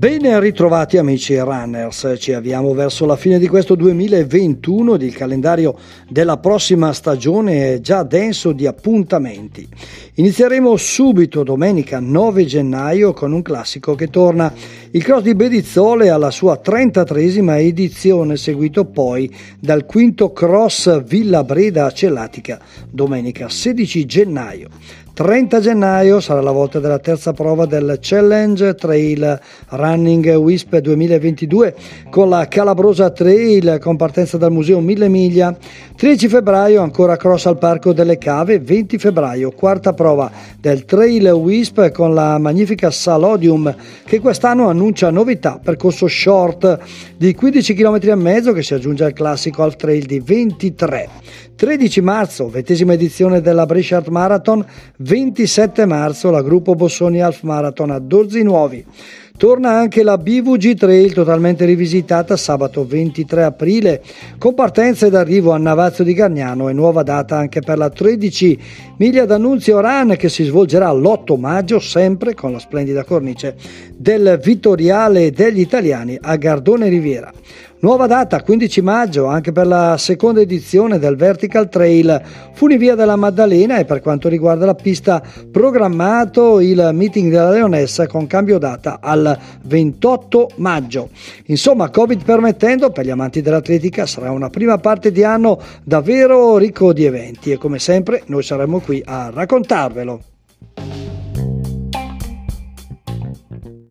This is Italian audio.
Ben ritrovati amici runners, ci avviamo verso la fine di questo 2021 ed il calendario della prossima stagione è già denso di appuntamenti. Inizieremo subito domenica 9 gennaio con un classico che torna, il Cross di Bedizzole alla sua 33esima edizione, seguito poi dal quinto Cross Villa Breda Celatica domenica 16 gennaio. 30 gennaio sarà la volta della terza prova del Challenge Trail Running Wisp 2022 con la Calabrosa Trail con partenza dal Museo Mille Miglia. 13 febbraio ancora cross al Parco delle Cave. 20 febbraio quarta prova del Trail Wisp con la magnifica Salodium che quest'anno annuncia novità, percorso short di 15 km e mezzo che si aggiunge al classico Half Trail di 23. 13 marzo 20esima edizione della Brescia Art Marathon. 27 marzo la Gruppo Bossoni Half Marathon a Dorzi Nuovi. Torna anche la BVG Trail totalmente rivisitata sabato 23 aprile con partenza ed arrivo a Navazzo di Gargnano e nuova data anche per la 13 miglia d'Annunzio Run che si svolgerà l'8 maggio sempre con la splendida cornice del Vittoriale degli Italiani a Gardone Riviera. Nuova data 15 maggio anche per la seconda edizione del Vertical Trail Funivia della Maddalena e per quanto riguarda la pista programmato il meeting della Leonessa con cambio data al 28 maggio. Insomma, Covid permettendo, per gli amanti dell'atletica sarà una prima parte di anno davvero ricco di eventi e come sempre noi saremo qui a raccontarvelo.